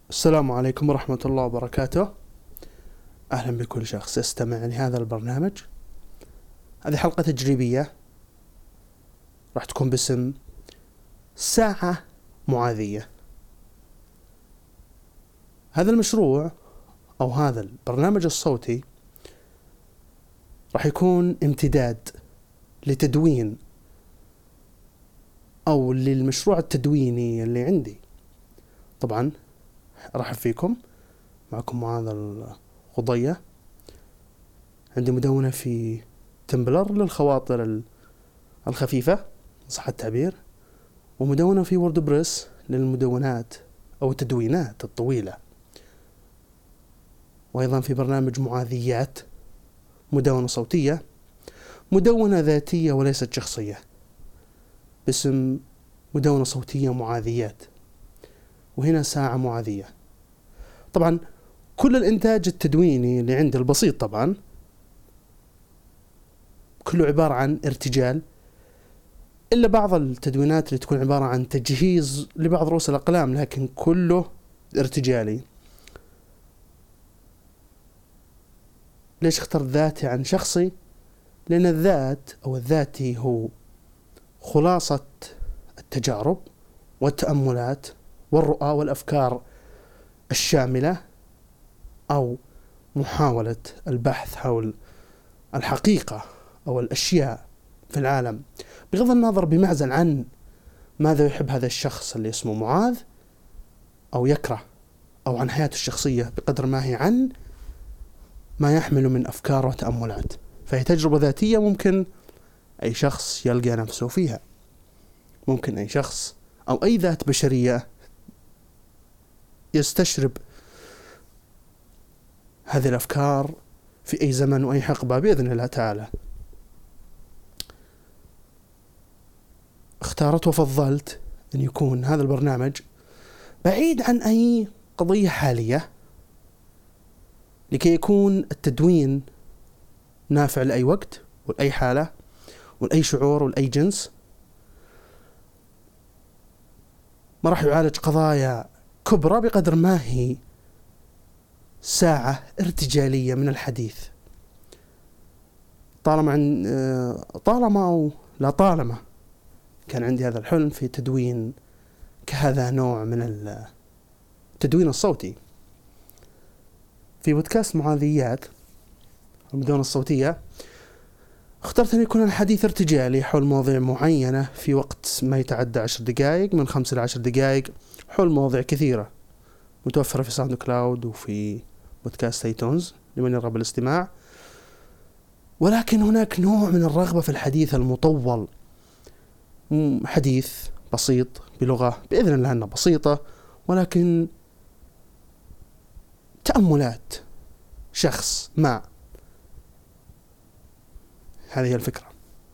السلام عليكم ورحمة الله وبركاته. أهلا بكل شخص يستمع لهذا البرنامج. هذه حلقة تجريبية راح تكون باسم ساعة معاذية. هذا المشروع أو هذا البرنامج الصوتي راح يكون امتداد لتدوين أو للمشروع التدويني اللي عندي. طبعا أرحب فيكم، معكم معاذ الغضية. عندي مدونة في تمبلر للخواطر الخفيفة صح التعبير، ومدونة في ووردبريس للمدونات أو التدوينات الطويلة، وأيضا في برنامج معاذيات، مدونة صوتية، مدونة ذاتية وليست شخصية باسم مدونة صوتية معاذيات، وهنا ساعة معاذية. طبعا كل الإنتاج التدويني اللي عندي البسيط طبعا كله عبارة عن ارتجال، إلا بعض التدوينات اللي تكون عبارة عن تجهيز لبعض رؤوس الأقلام، لكن كله ارتجالي. ليش اخترت ذاتي عن شخصي؟ لأن الذات أو الذاتي هو خلاصة التجارب والتأملات والرؤى والأفكار الشاملة، أو محاولة البحث حول الحقيقة أو الأشياء في العالم، بغض النظر بمعزل عن ماذا يحب هذا الشخص اللي اسمه معاذ أو يكره، أو عن حياته الشخصية، بقدر ما هي عن ما يحمل من أفكار وتأملات. فهي تجربة ذاتية ممكن أي شخص يلقى نفسه فيها، ممكن أي شخص أو أي ذات بشرية يستشرب هذه الأفكار في أي زمن وأي حقبة بإذن الله تعالى. اختارت وفضلت أن يكون هذا البرنامج بعيد عن أي قضية حالية، لكي يكون التدوين نافع لأي وقت ولأي حالة ولأي شعور ولأي جنس. ما راح يعالج قضايا كبرى بقدر ما هي ساعة ارتجالية من الحديث. طالما أو لا طالما كان عندي هذا الحلم في تدوين كهذا نوع من التدوين الصوتي. في بودكاست معاذيات المدونة الصوتية اخترت أن يكون الحديث ارتجالي حول مواضيع معينة في وقت ما يتعدى 10 دقائق، من 5 إلى 10 دقائق، حول مواضيع كثيرة متوفرة في ساوند كلاود وفي بودكاست ايتونز لمن يرغب الاستماع. ولكن هناك نوع من الرغبة في الحديث المطول، حديث بسيط بلغة بإذن الله أنها بسيطة، ولكن تأملات شخص ما. هذه الفكرة،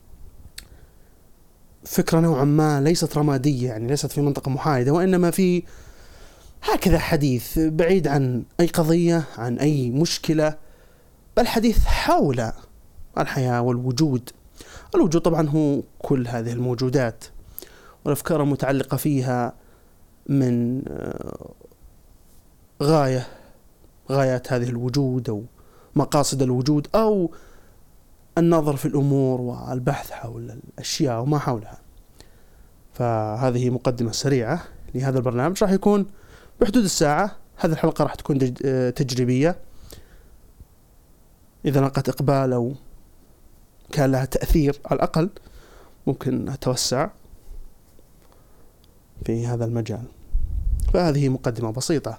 فكرة نوعا ما ليست رمادية، يعني ليست في منطقة محايدة، وإنما في هكذا حديث بعيد عن أي قضية، عن أي مشكلة، بل حديث حول الحياة والوجود. الوجود طبعا هو كل هذه الموجودات والأفكار المتعلقة فيها، من غايات هذه الوجود أو مقاصد الوجود، أو النظر في الأمور والبحث حول الأشياء وما حولها. فهذه مقدمة سريعة لهذا البرنامج، راح يكون بحدود الساعة. هذه الحلقة راح تكون تجريبية، إذا لقت إقبال أو كان لها تأثير على الأقل ممكن أتوسع في هذا المجال. فهذه مقدمة بسيطة.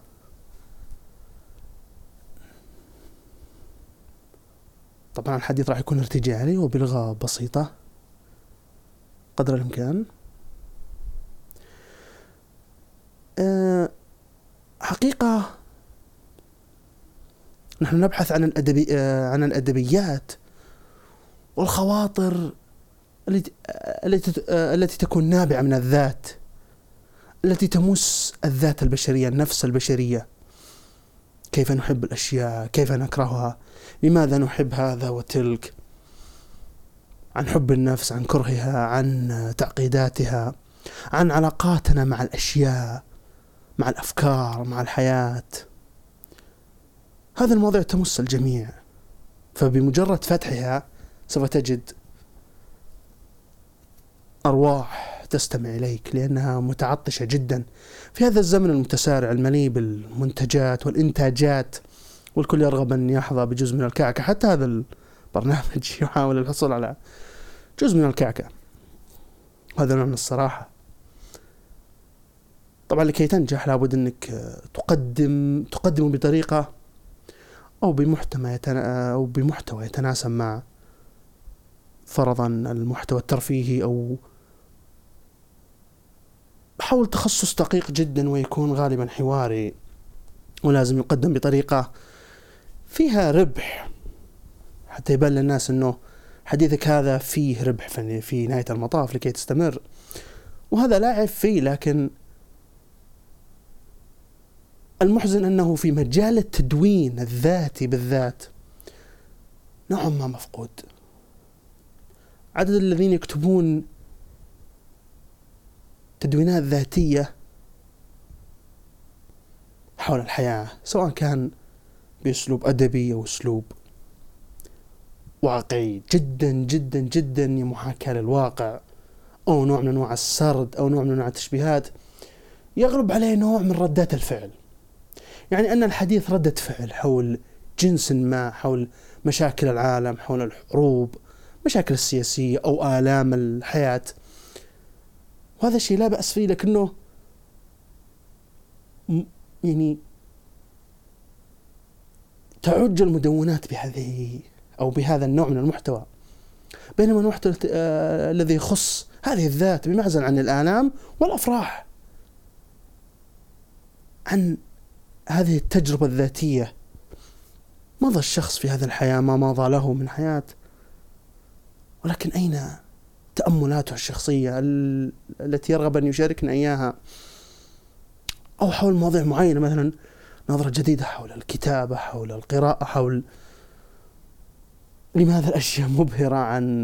طبعا الحديث راح يكون ارتجالي وبلغة بسيطة قدر الإمكان. حقيقة نحن نبحث عن الأدبيات والخواطر التي تكون نابعة من الذات، التي تمس الذات البشرية، النفس البشرية. كيف نحب الأشياء، كيف نكرهها، لماذا نحب هذا وتلك، عن حب النفس، عن كرهها، عن تعقيداتها، عن علاقاتنا مع الأشياء مع الأفكار، مع الحياة. هذه المواضيع تمس الجميع، فبمجرد فتحها سوف تجد أرواح تستمع إليك، لأنها متعطشة جدا في هذا الزمن المتسارع المليء بالمنتجات والإنتاجات، والكل يرغب أن يحظى بجزء من الكعكة. حتى هذا البرنامج يحاول الحصول على جزء من الكعكة. هذا نوع من الصراحة. طبعا لكي تنجح لابد أنك تقدم بطريقة أو بمحتوى يتناسب مع فرضا المحتوى الترفيهي، أو حول تخصص دقيق جدا ويكون غالبا حواري، ولازم يقدم بطريقة فيها ربح حتى يبان للناس أنه حديثك هذا فيه ربح في نهاية المطاف لكي تستمر. وهذا لا عيب فيه، لكن المحزن أنه في مجال التدوين الذاتي بالذات نوعا ما مفقود. عدد الذين يكتبون تدوينات ذاتية حول الحياة، سواء كان بأسلوب أدبي أو أسلوب واقعي جدا جدا جدا محاكاة للواقع، أو نوع من أنواع السرد، أو نوع من أنواع التشبيهات، يغلب عليه نوع من ردات الفعل. يعني أن الحديث ردة فعل حول جنس ما، حول مشاكل العالم، حول الحروب، مشاكل السياسية أو آلام الحياة. وهذا الشيء لا بأس فيه، لكنه يعني تعج المدونات بهذه أو بهذا النوع من المحتوى، بينما المحتوى الذي يخص هذه الذات بمعزل عن الآلام والأفراح، عن هذه التجربة الذاتية. مضى الشخص في هذه الحياة ما مضى له من حياة، ولكن أين تأملاته الشخصية التي يرغب أن يشاركنا إياها، أو حول مواضيع معينة، مثلا نظرة جديدة حول الكتابة، حول القراءة، حول لماذا الأشياء مبهرة،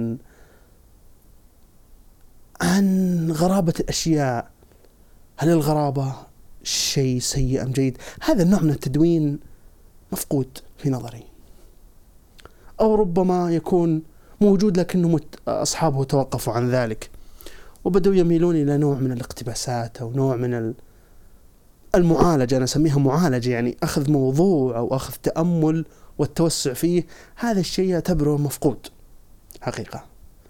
عن غرابة الأشياء. هل الغرابة شيء سيء أم جيد؟ هذا النوع من التدوين مفقود في نظري، أو ربما يكون موجود لكنه أصحابه توقفوا عن ذلك وبدأوا يميلون إلى نوع من الاقتباسات، أو نوع من المعالجة. أنا أسميها معالجة، يعني أخذ موضوع أو أخذ تأمل والتوسع فيه. هذا الشيء يعتبره مفقود حقيقة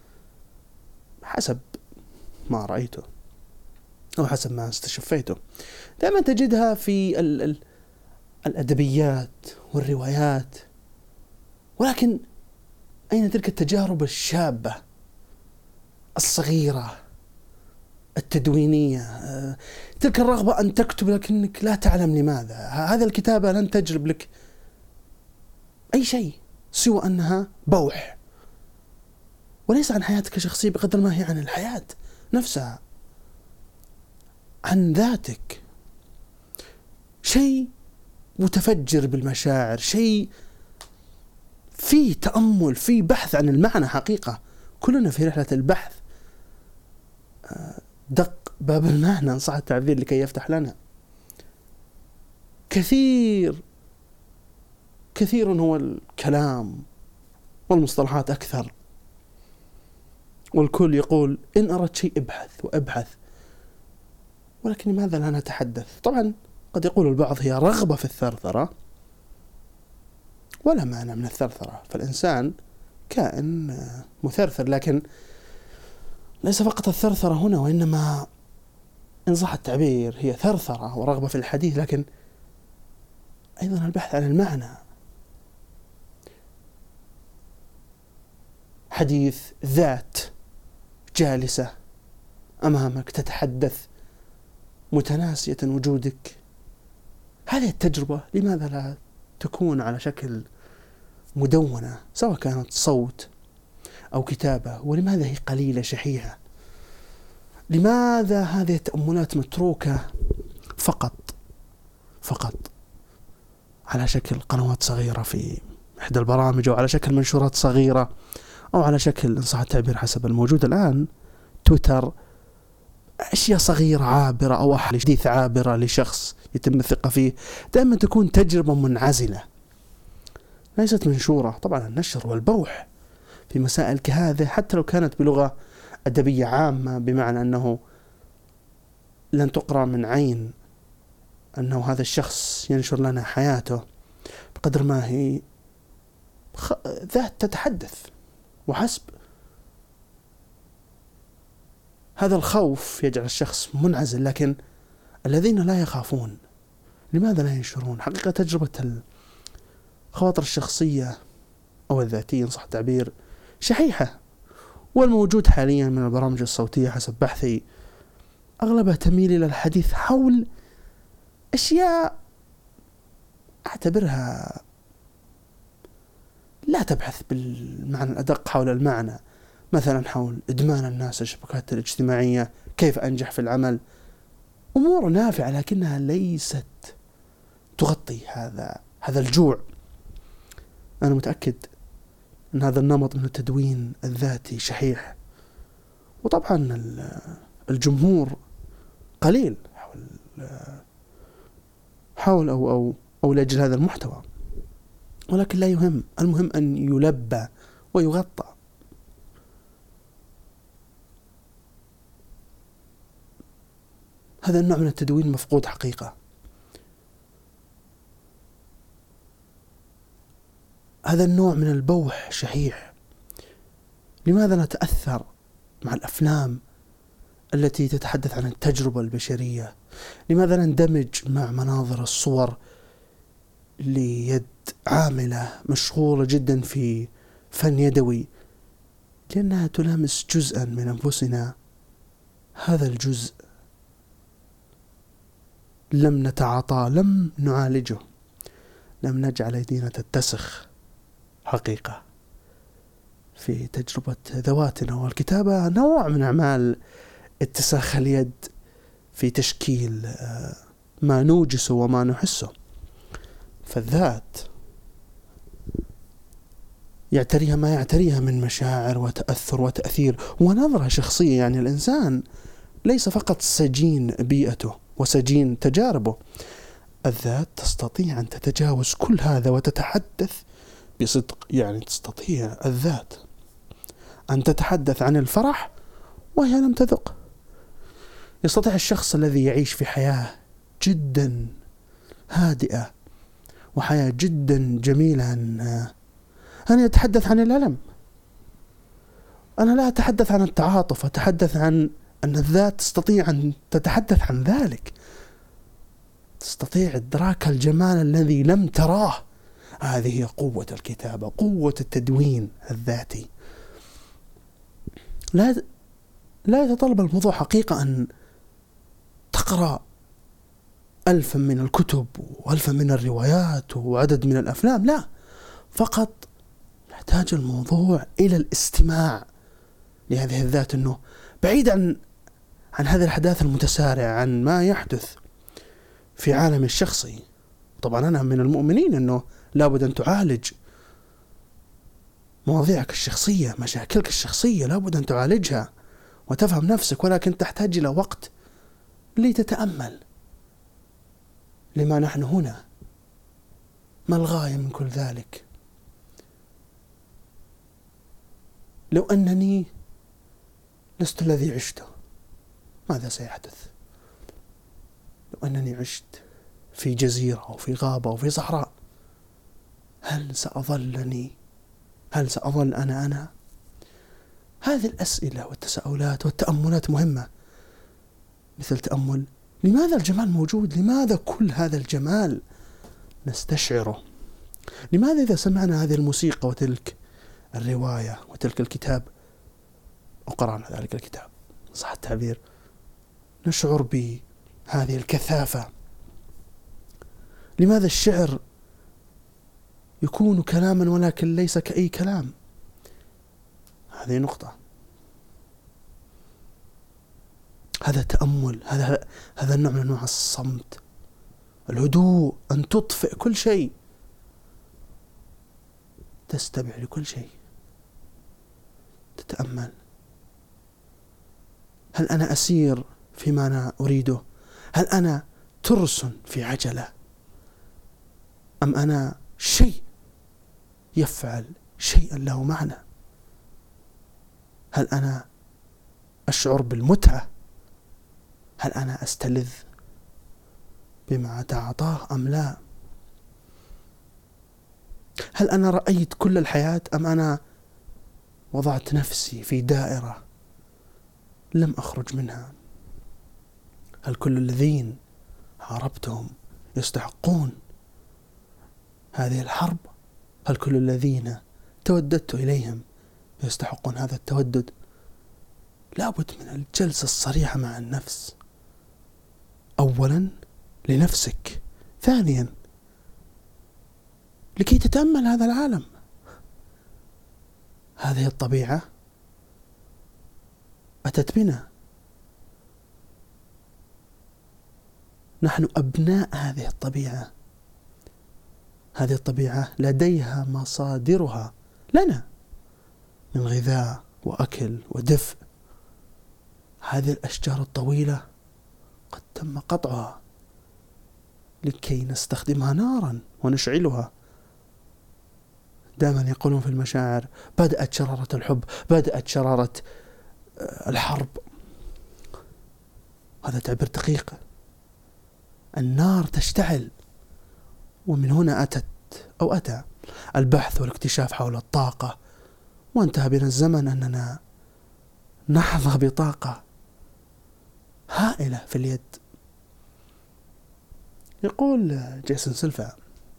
حسب ما رأيته أو حسب ما استشفيته. دائما تجدها في الأدبيات والروايات، ولكن أين تلك التجارب الشابة الصغيرة التدوينية، تلك الرغبة أن تكتب لكنك لا تعلم لماذا؟ هذا الكتابة لن تجلب لك أي شيء سوى أنها بوح، وليس عن حياتك الشخصية بقدر ما هي عن الحياة نفسها، عن ذاتك. شيء متفجر بالمشاعر، شيء فيه تأمل، فيه بحث عن المعنى. حقيقة كلنا في رحلة البحث، دق باب المعنى إن صح التعبير لكي يفتح لنا. كثير هو الكلام والمصطلحات أكثر، والكل يقول إن أردت شيء ابحث وابحث، ولكن لماذا لا نتحدث؟ طبعا قد يقول البعض هي رغبة في الثرثرة، ولا مانع من الثرثرة، فالإنسان كائن مثرثر، لكن ليس فقط الثرثرة هنا، وإنما إن صح التعبير هي ثرثرة ورغبة في الحديث، لكن أيضا البحث عن المعنى. حديث ذات جالسة أمامك تتحدث متناسية وجودك. هذه التجربة لماذا لا تكون على شكل مدونة، سواء كانت صوت أو كتابة؟ ولماذا هي قليلة شحيحة؟ لماذا هذه التأملات متروكة فقط على شكل قنوات صغيرة في إحدى البرامج، أو على شكل منشورات صغيرة، أو على شكل إن صح التعبير حسب الموجود الآن تويتر أشياء صغيرة عابرة أو أحاديث عابرة لشخص يتم الثقة فيه دائما تكون تجربة منعزلة ليست منشورة. طبعا النشر والبوح في مسائل كهذه حتى لو كانت بلغة أدبية عامة، بمعنى أنه لن تقرأ من عين أنه هذا الشخص ينشر لنا حياته، بقدر ما هي ذات تتحدث وحسب. هذا الخوف يجعل الشخص منعزل، لكن الذين لا يخافون لماذا لا ينشرون؟ حقيقة تجربة الخواطر الشخصية أو الذاتية إن صح التعبير شحيحة، والموجود حاليا من البرامج الصوتية حسب بحثي أغلبها تميل إلى الحديث حول أشياء أعتبرها لا تبحث بالمعنى الأدق حول المعنى، مثلا حول إدمان الناس الشبكات الاجتماعية، كيف أنجح في العمل، أمور نافعة لكنها ليست تغطي هذا الجوع. أنا متأكد أن هذا النمط من التدوين الذاتي شحيح، وطبعا الجمهور قليل حول أو لأجل هذا المحتوى، ولكن لا يهم، المهم أن يلبى ويغطى. هذا النوع من التدوين مفقود حقيقة. هذا النوع من البوح شحيح. لماذا نتأثر مع الأفلام التي تتحدث عن التجربة البشرية؟ لماذا نندمج مع مناظر الصور ليد عاملة مشغولة جدا في فن يدوي؟ لأنها تلامس جزءا من أنفسنا. هذا الجزء لم نتعاطى، لم نعالجه، لم نجعل أيدينا تتسخ حقيقة في تجربة ذواتنا. والكتابة نوع من أعمال اتساخ اليد في تشكيل ما نوجسه وما نحسه. فالذات يعتريها ما يعتريها من مشاعر وتأثر وتأثير ونظرة شخصية. يعني الإنسان ليس فقط سجين بيئته وسجين تجاربه، الذات تستطيع أن تتجاوز كل هذا وتتحدث بصدق. يعني تستطيع الذات أن تتحدث عن الفرح وهي لم تذق. يستطيع الشخص الذي يعيش في حياة جدا هادئة وحياة جدا جميلة أن يتحدث عن الألم. أنا لا أتحدث عن التعاطف، أتحدث عن أن الذات تستطيع أن تتحدث عن ذلك، تستطيع إدراك الجمال الذي لم تراه. هذه هي قوة الكتابة، قوة التدوين الذاتي. لا يتطلب الموضوع حقيقة أن تقرأ 1000 من الكتب و1000 من الروايات وعدد من الأفلام، لا، فقط يحتاج الموضوع إلى الاستماع لهذه الذات، أنه بعيدا عن هذه الأحداث المتسارعة، عن ما يحدث في عالم الشخصي. طبعا أنا من المؤمنين أنه لابد أن تعالج مواضيعك الشخصية، مشاكلك الشخصية لابد أن تعالجها وتفهم نفسك، ولكن تحتاج إلى وقت لتتأمل لما نحن هنا، ما الغاية من كل ذلك. لو أنني لست الذي عشته ماذا سيحدث؟ لو أنني عشت في جزيرة أو في غابة أو في صحراء، هل سأظل أنا؟ هذه الأسئلة والتساؤلات والتأملات مهمة. مثل تأمل: لماذا الجمال موجود؟ لماذا كل هذا الجمال نستشعره؟ لماذا إذا سمعنا هذه الموسيقى وتلك الرواية وتلك الكتاب أو قرأنا ذلك الكتاب صح التعبير نشعر بهذه الكثافة؟ لماذا الشعر يكون كلاما ولكن ليس كأي كلام؟ هذه نقطة. هذا تأمل، هذا النوع من أنواع الصمت، الهدوء، أن تطفئ كل شيء، تستمع لكل شيء، تتأمل. هل أنا أسير فيما أنا أريده؟ هل أنا ترس في عجلة، أم أنا شيء يفعل شيئا له معنى؟ هل أنا أشعر بالمتعة؟ هل أنا أستلذ بما أتعاطاه أم لا؟ هل أنا رأيت كل الحياة، أم أنا وضعت نفسي في دائرة لم أخرج منها؟ هل كل الذين حاربتهم يستحقون هذه الحرب؟ هل كل الذين توددت إليهم يستحقون هذا التودد؟ لابد من الجلسة الصريحة مع النفس، أولا لنفسك، ثانيا لكي تتأمل هذا العالم. هذه الطبيعة أتت بنا، نحن أبناء هذه الطبيعة. هذه الطبيعة لديها مصادرها لنا من غذاء وأكل ودفء. هذه الأشجار الطويلة قد تم قطعها لكي نستخدمها نارا ونشعلها. دائما يقولون في المشاعر: بدأت شرارة الحب، بدأت شرارة الحرب. هذا تعبير دقيق. النار تشتعل، ومن هنا أتى البحث والاكتشاف حول الطاقة، وانتهى بنا الزمن أننا نحظى بطاقة هائلة في اليد. يقول جيسون سيلفا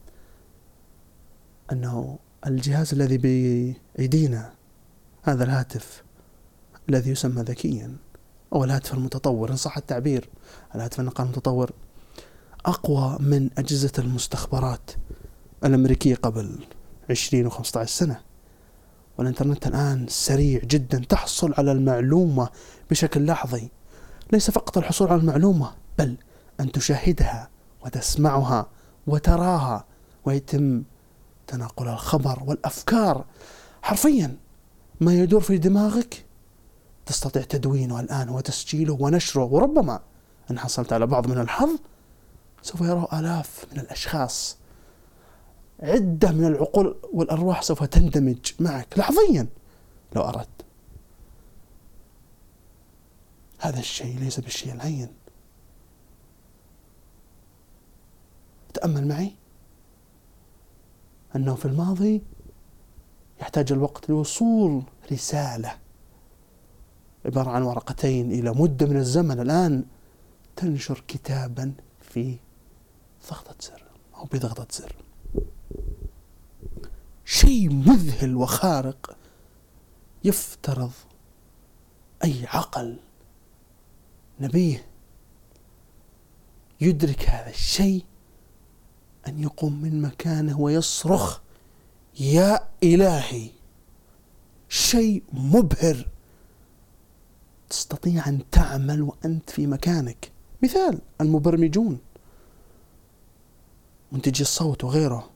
أنه الجهاز الذي بأيدينا، هذا الهاتف الذي يسمى ذكيا، أو الهاتف المتطور إن صح التعبير، الهاتف النقال المتطور، أقوى من أجهزة المستخبرات الأمريكية قبل 20 و15 سنة. والإنترنت الآن سريع جدا، تحصل على المعلومة بشكل لحظي. ليس فقط الحصول على المعلومة، بل أن تشاهدها وتسمعها وتراها، ويتم تناقل الخبر والأفكار. حرفيا ما يدور في دماغك تستطيع تدوينه الآن وتسجيله ونشره، وربما إن حصلت على بعض من الحظ سوف يراه آلاف من الأشخاص. عدة من العقول والأرواح سوف تندمج معك لحظيا لو أردت. هذا الشيء ليس بالشيء الهين. تأمل معي أنه في الماضي يحتاج الوقت لوصول رسالة عبارة عن ورقتين إلى مدة من الزمن. الآن تنشر كتابا في ضغطة زر أو بضغطة زر. شيء مذهل وخارق. يفترض أي عقل نبيه يدرك هذا الشيء أن يقوم من مكانه ويصرخ: يا إلهي! شيء مبهر تستطيع أن تعمل وأنت في مكانك. مثال: المبرمجون، منتجي الصوت وغيره،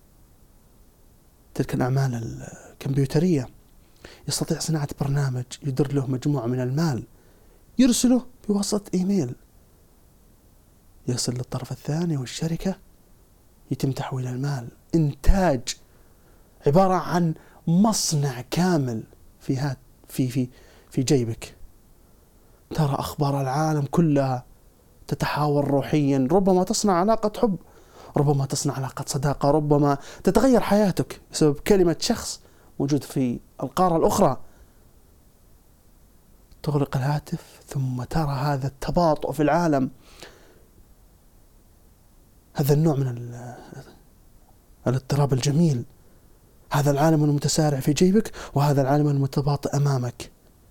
تلك الأعمال الكمبيوترية، يستطيع صناعة برنامج يدر له مجموعة من المال، يرسله بواسطة إيميل، يصل للطرف الثاني والشركة، يتم تحويل المال. إنتاج عبارة عن مصنع كامل في جيبك. ترى أخبار العالم كلها تتحاور روحيا. ربما تصنع علاقة حب، ربما تصنع علاقة صداقة، ربما تتغير حياتك بسبب كلمة شخص موجود في القارة الأخرى. تغلق الهاتف ثم ترى هذا التباطؤ في العالم، هذا النوع من الاضطراب الجميل. هذا العالم المتسارع في جيبك، وهذا العالم المتباطئ أمامك.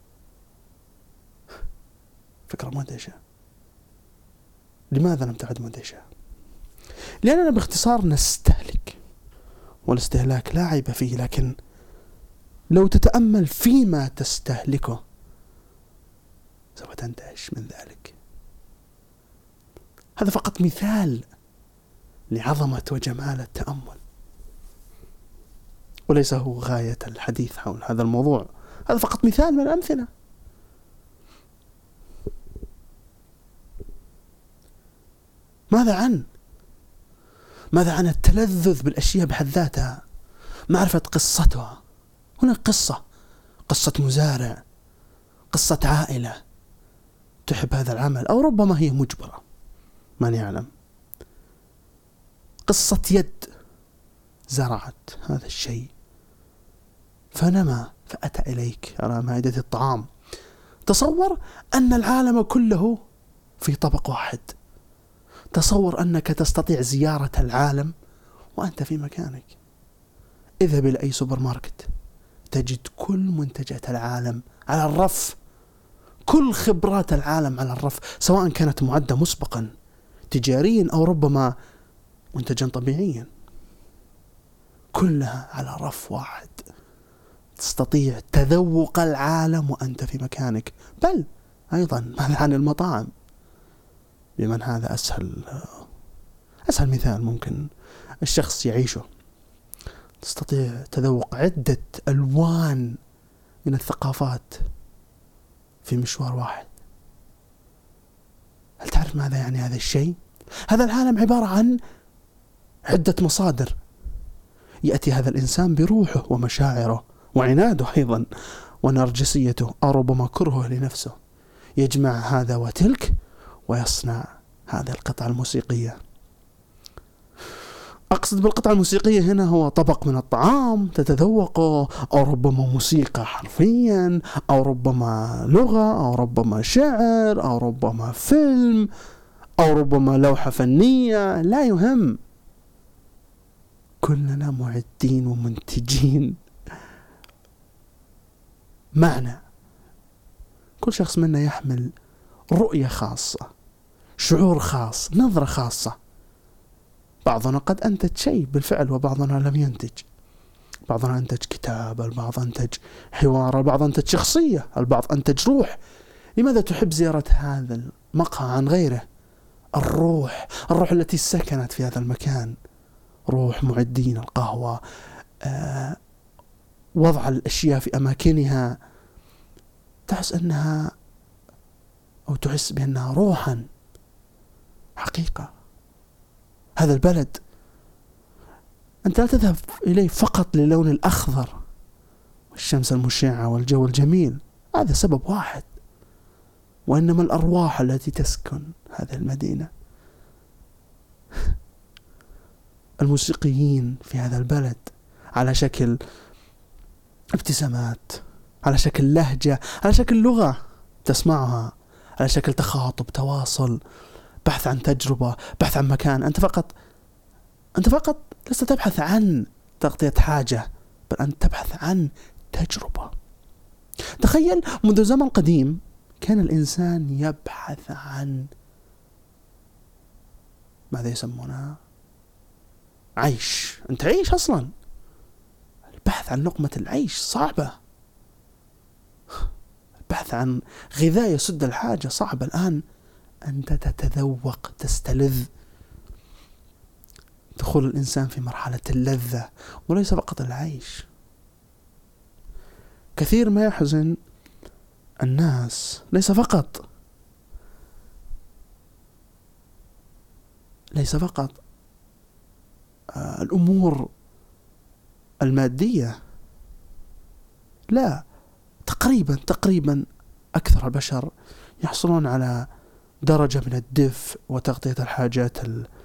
فكرة مدهشة. لماذا لم تعد مدهشة؟ لأننا باختصار نستهلك، والاستهلاك لا عيب فيه، لكن لو تتأمل فيما تستهلكه سوف تندهش من ذلك. هذا فقط مثال لعظمة وجمال التأمل، وليس هو غاية الحديث حول هذا الموضوع. هذا فقط مثال من الأمثلة. ماذا عن التلذذ بالأشياء بحد ذاتها، معرفة قصتها؟ هنا قصة مزارع، قصة عائلة تحب هذا العمل، أو ربما هي مجبرة، من يعلم. قصة يد زرعت هذا الشيء فنما فأتى إليك على مائدة الطعام. تصور أن العالم كله في طبق واحد. تصور أنك تستطيع زيارة العالم وأنت في مكانك. اذهب إلى أي سوبر ماركت تجد كل منتجات العالم على الرف، كل خبرات العالم على الرف، سواء كانت معدة مسبقا تجاريا أو ربما منتجا طبيعيا، كلها على رف واحد. تستطيع تذوق العالم وأنت في مكانك. بل أيضا ماذا عن المطاعم؟ بمن هذا أسهل مثال ممكن الشخص يعيشه. تستطيع تذوق عدة ألوان من الثقافات في مشوار واحد. هل تعرف ماذا يعني هذا الشيء؟ هذا العالم عبارة عن عدة مصادر. يأتي هذا الإنسان بروحه ومشاعره وعناده أيضا ونرجسيته أو ربما كرهه لنفسه، يجمع هذا وتلك ويصنع هذه القطعة الموسيقية. أقصد بالقطعة الموسيقية هنا هو طبق من الطعام تتذوقه، أو ربما موسيقى حرفيا، أو ربما لغة، أو ربما شعر، أو ربما فيلم، أو ربما لوحة فنية، لا يهم. كلنا معدين ومنتجين معنى. كل شخص منا يحمل رؤية خاصة، شعور خاص، نظرة خاصة. بعضنا قد أنتج شيء بالفعل وبعضنا لم ينتج. بعضنا أنتج كتاب، البعض أنتج حوار، البعض أنتج شخصية، البعض أنتج روح. لماذا تحب زيارة هذا المقهى عن غيره؟ الروح التي سكنت في هذا المكان، روح معدين القهوة، وضع الأشياء في أماكنها، تحس أنها أو تحس بأنها روحا حقيقة. هذا البلد أنت لا تذهب إليه فقط للون الأخضر والشمس المشعة والجو الجميل، هذا سبب واحد، وإنما الأرواح التي تسكن هذه المدينة. الموسيقيين في هذا البلد على شكل ابتسامات، على شكل لهجة، على شكل لغة تسمعها، على شكل تخاطب، تواصل، بحث عن تجربة، بحث عن مكان. أنت فقط لست تبحث عن تغطية حاجة، بل أنت تبحث عن تجربة. تخيل منذ زمن قديم كان الإنسان يبحث عن ماذا يسمونها؟ عيش. أنت عيش أصلا. البحث عن لقمة العيش صعبة، البحث عن غذاء يسد الحاجة صعبة. الآن أنت تتذوق، تستلذ. دخول الإنسان في مرحلة اللذة وليس فقط العيش. كثير ما يحزن الناس ليس فقط الأمور المادية، لا، تقريبا أكثر البشر يحصلون على درجة من الدفء وتغطية الحاجات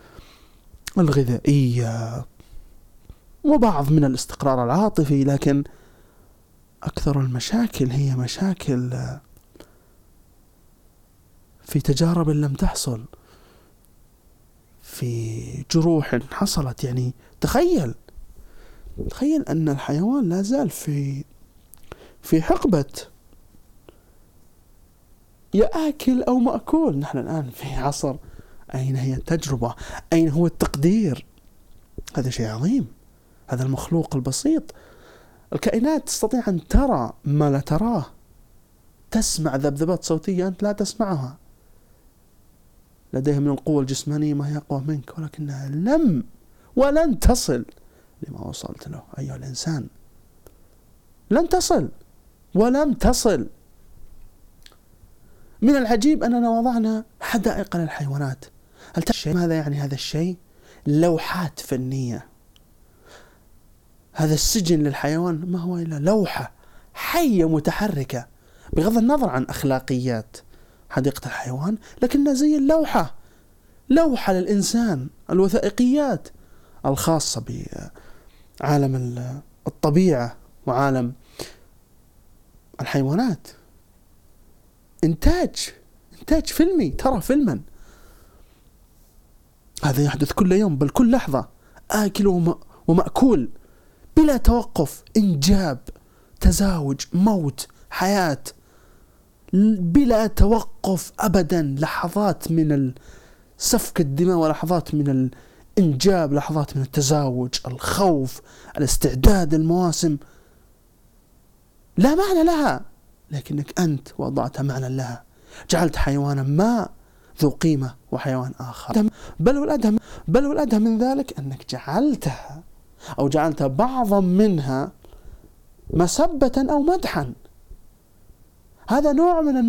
الغذائية وبعض من الاستقرار العاطفي، لكن أكثر المشاكل هي مشاكل في تجارب لم تحصل، في جروح حصلت. يعني تخيل أن الحيوان لا زال في حقبة يا آكل أو مأكول. نحن الآن في عصر أين هي التجربة؟ أين هو التقدير؟ هذا شيء عظيم. هذا المخلوق البسيط، الكائنات تستطيع أن ترى ما لا تراه، تسمع ذبذبات صوتية أنت لا تسمعها، لديها من القوة الجسمانية ما هي أقوى منك، ولكنها ولن تصل لما وصلت له أيها الإنسان. لن تصل ولم تصل. من العجيب أننا وضعنا حدائق للحيوانات، هل تعرف ماذا يعني هذا الشيء؟ لوحات فنية. هذا السجن للحيوان ما هو إلا لوحة حية متحركة، بغض النظر عن أخلاقيات حديقة الحيوان، لكنها زي اللوحة، لوحة للإنسان. الوثائقيات الخاصة بعالم الطبيعة وعالم الحيوانات إنتاج فيلمي، ترى فيلما. هذا يحدث كل يوم، بل كل لحظة، آكل ومأكول بلا توقف، إنجاب، تزاوج، موت، حياة، بلا توقف أبدا. لحظات من سفك الدماء، ولحظات من الإنجاب، لحظات من التزاوج، الخوف، الاستعداد، المواسم، لا معنى لها، لكنك أنت وضعت معنى لها. جعلت حيوانا ما ذو قيمة وحيوان آخر. بل والأدهى من ذلك أنك جعلتها أو جعلت بعضا منها مسبة أو مدحا. هذا نوع من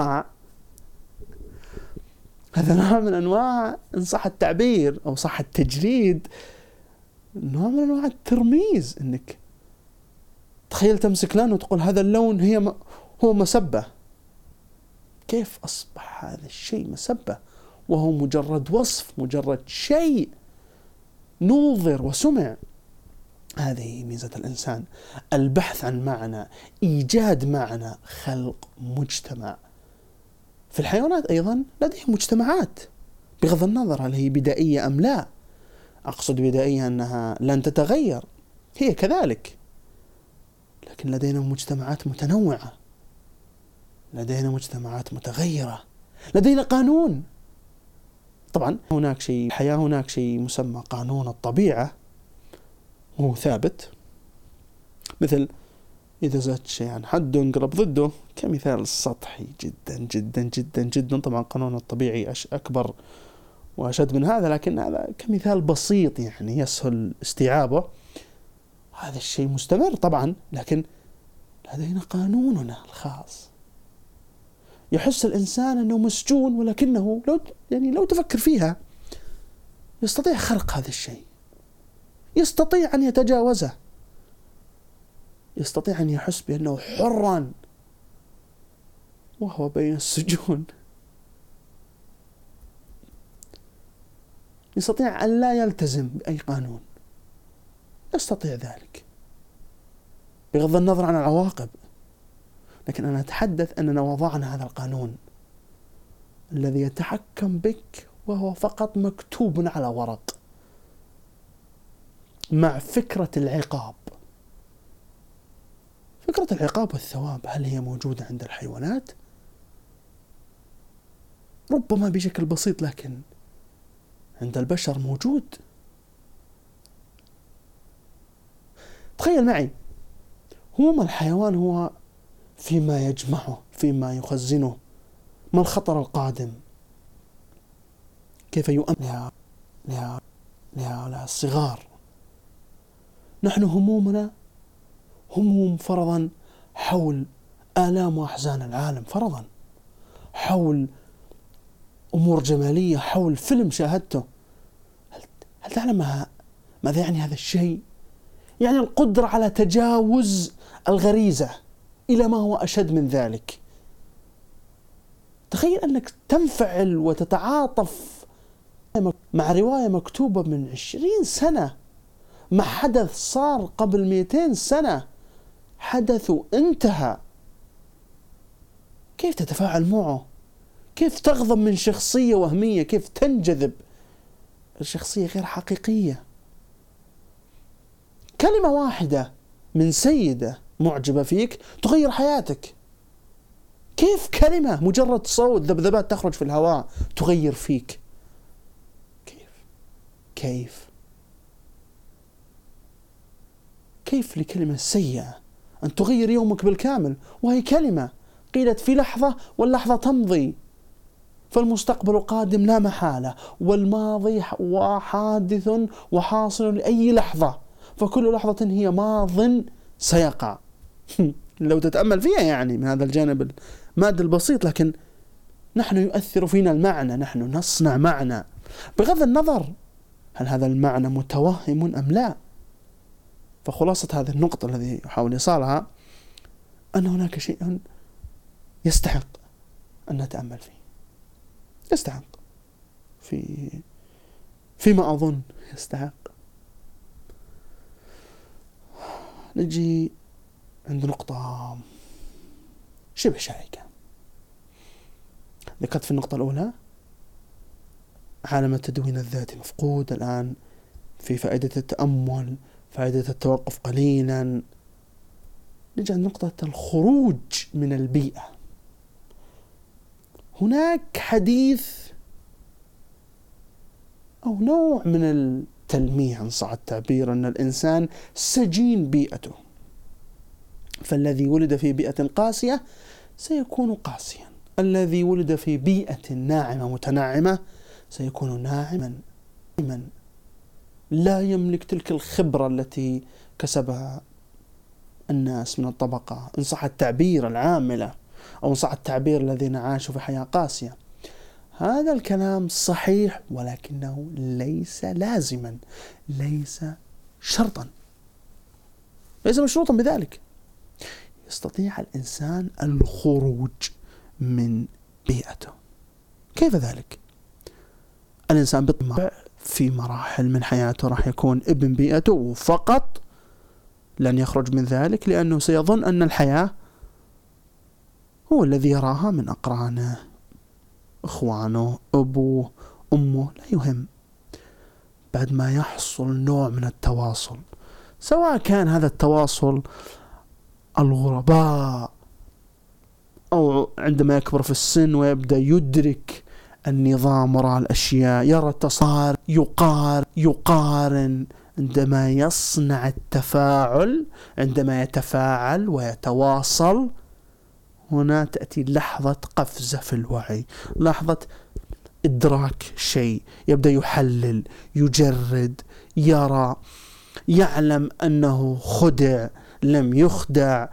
أنواع إن صح التعبير أو صح التجريد، نوع من أنواع الترميز. إنك تخيل تمسك لون وتقول هذا اللون هو مسبة. كيف أصبح هذا الشيء مسبة وهو مجرد وصف، مجرد شيء نوظر وسمع؟ هذه ميزة الإنسان، البحث عن معنى، إيجاد معنى، خلق مجتمع. في الحيوانات أيضا لديهم مجتمعات، بغض النظر هل هي بدائية أم لا. أقصد بدائية أنها لن تتغير، هي كذلك، لكن لدينا مجتمعات متنوعة، لدينا مجتمعات متغيرة، لدينا قانون. طبعا هناك شيء مسمى قانون الطبيعة، هو ثابت، مثل إذا زاد شيء عن حده انقلب ضده، كمثال سطحي جدا جدا جدا جدا. طبعا قانون الطبيعي أكبر وأشد من هذا، لكن هذا كمثال بسيط يعني يسهل استيعابه. هذا الشيء مستمر طبعا، لكن لدينا قانوننا الخاص. يحس الإنسان أنه مسجون، ولكنه لو تفكر فيها يستطيع خلق هذا الشيء، يستطيع أن يتجاوزه، يستطيع أن يحس بأنه حرا وهو بين السجون، يستطيع أن لا يلتزم بأي قانون، يستطيع ذلك بغض النظر عن العواقب. لكن أنا أتحدث أننا وضعنا هذا القانون الذي يتحكم بك وهو فقط مكتوب على ورق، مع فكرة العقاب. فكرة العقاب والثواب هل هي موجودة عند الحيوانات؟ ربما بشكل بسيط، لكن عند البشر موجود. تخيل معي، هموم الحيوان هو فيما يجمعه، فيما يخزنه، ما الخطر القادم، كيف يؤمن لهؤلاء الصغار. نحن همومنا هموم فرضا حول آلام وأحزان العالم، فرضا حول أمور جمالية، حول فيلم شاهدته. هل تعلم ماذا يعني هذا الشيء؟ يعني القدرة على تجاوز الغريزة إلى ما هو أشد من ذلك. تخيل أنك تنفعل وتتعاطف مع رواية مكتوبة من 20 سنة، مع حدث صار قبل 200 سنة، حدث انتهى. كيف تتفاعل معه؟ كيف تغضب من شخصية وهمية؟ كيف تنجذب الشخصية غير حقيقية؟ كلمة واحدة من سيدة معجبة فيك تغير حياتك. كيف كلمة، مجرد صوت، ذبذبات تخرج في الهواء تغير فيك؟ كيف لكلمة سيئة أن تغير يومك بالكامل، وهي كلمة قيلت في لحظة واللحظة تمضي، فالمستقبل قادم لا محالة، والماضي وحادث وحاصل لأي لحظة، فكل لحظة هي ماض سيقع. لو تتأمل فيها يعني من هذا الجانب المادي البسيط، لكن نحن يؤثر فينا المعنى، نحن نصنع معنى. بغض النظر هل هذا المعنى متوهم أم لا. فخلاصة هذه النقطة الذي يحاول إيصالها أن هناك شيء يستحق أن نتأمل فيه، يستحق فيما أظن يستحق. نجي عند نقطة شبه شائكة. ذكرت في النقطة الأولى عالم التدوين الذاتي مفقود الآن، في فائدة التأمل، فائدة التوقف قليلا. نجي عند نقطة الخروج من البيئة. هناك حديث أو نوع من التلميح إن صح التعبير أن الإنسان سجين بيئته، فالذي ولد في بيئة قاسية سيكون قاسيا، الذي ولد في بيئة ناعمة متناعمة سيكون ناعما، لا يملك تلك الخبرة التي كسبها الناس من الطبقة إن صح التعبير العاملة، أو إن صح التعبير الذين عاشوا في حياة قاسية. هذا الكلام صحيح، ولكنه ليس لازما، ليس شرطا، ليس مشروطا بذلك. يستطيع الإنسان الخروج من بيئته. كيف ذلك؟ الإنسان بالطبع في مراحل من حياته راح يكون ابن بيئته فقط، لن يخرج من ذلك، لأنه سيظن أن الحياة هو الذي يراها من أقرانه، إخوانه، أبوه، أمه، لا يهم. بعد ما يحصل نوع من التواصل، سواء كان هذا التواصل الغرباء أو عندما يكبر في السن ويبدأ يدرك النظام وراء الأشياء، يرى التصار، يقارن عندما يصنع التفاعل، عندما يتفاعل ويتواصل، هنا تأتي لحظة قفزة في الوعي، لحظة إدراك شيء، يبدأ يحلل، يجرد، يرى، يعلم أنه خدع، لم يخدع.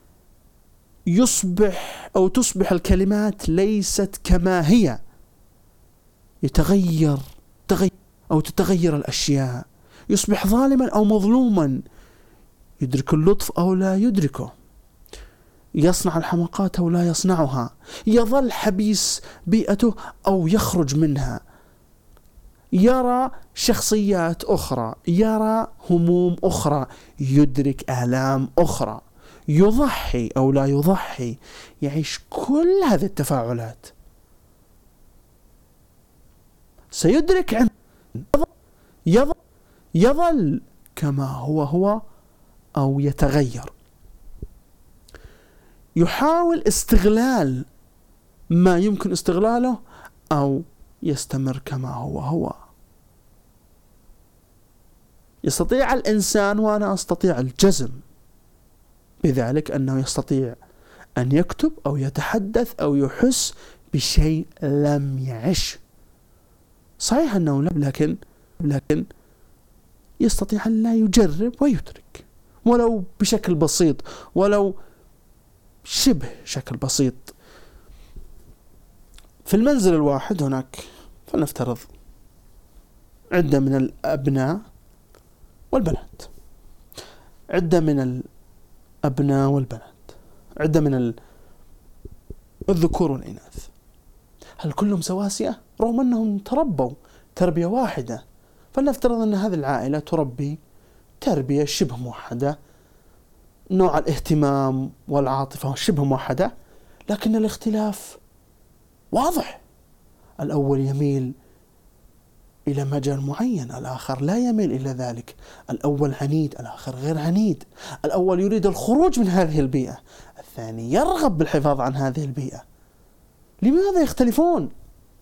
يصبح أو تصبح الكلمات ليست كما هي، يتغير أو تتغير الأشياء، يصبح ظالما أو مظلوما، يدرك اللطف أو لا يدركه، يصنع الحماقات أو لا يصنعها، يظل حبيس بيئته أو يخرج منها، يرى شخصيات أخرى، يرى هموم أخرى، يدرك آلام أخرى، يضحي أو لا يضحي، يعيش كل هذه التفاعلات. سيدرك عن يظل كما هو أو يتغير. يحاول استغلال ما يمكن استغلاله أو يستمر كما هو. يستطيع الإنسان، وأنا أستطيع الجزم بذلك، أنه يستطيع أن يكتب أو يتحدث أو يحس بشيء لم يعش. صحيح أنه لكن يستطيع أن لا يجرب ويدرك، ولو بشكل بسيط، ولو شبه شكل بسيط. في المنزل الواحد هناك فلنفترض عدة من الأبناء والبنات، عدة من الأبناء والبنات، عدة من الذكور والإناث. هل كلهم سواسية؟ رغم أنهم تربوا تربية واحدة. فلنفترض أن هذه العائلة تربي تربية شبه موحدة، نوع الاهتمام والعاطفة شبه موحدة، لكن الاختلاف واضح. الأول يميل إلى مجال معين، الآخر لا يميل إلى ذلك. الأول عنيد، الآخر غير عنيد. الأول يريد الخروج من هذه البيئة، الثاني يرغب بالحفاظ عن هذه البيئة. لماذا يختلفون؟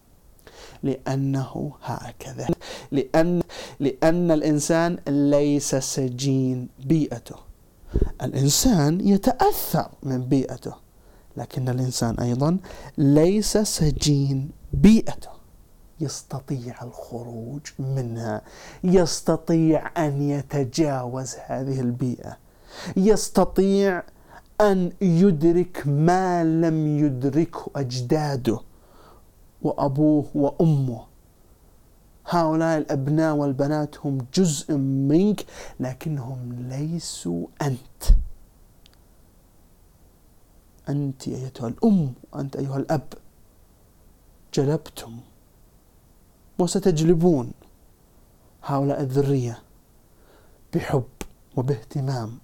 لأنه هكذا، لأن الإنسان ليس سجين بيئته. الإنسان يتأثر من بيئته، لكن الإنسان أيضا ليس سجين بيئته، يستطيع الخروج منها، يستطيع أن يتجاوز هذه البيئة، يستطيع أن يدرك ما لم يدركه أجداده وأبوه وأمه. هؤلاء الأبناء والبنات هم جزء منك، لكنهم ليسوا أنت. أنت أيتها الأم وأنت أيها الأب جلبتم وستجلبون هؤلاء الذرية بحب وباهتمام،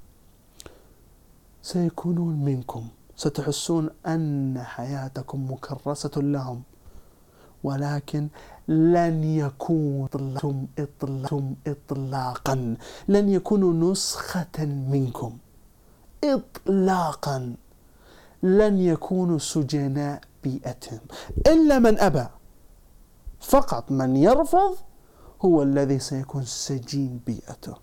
سيكونون منكم، ستحسون أن حياتكم مكرسة لهم، ولكن لن يكونوا إطلاقا لن يكونوا نسخة منكم إطلاقا، لن يكونوا سجناء بيئتهم، إلا من أبى. فقط من يرفض هو الذي سيكون سجين بيئته.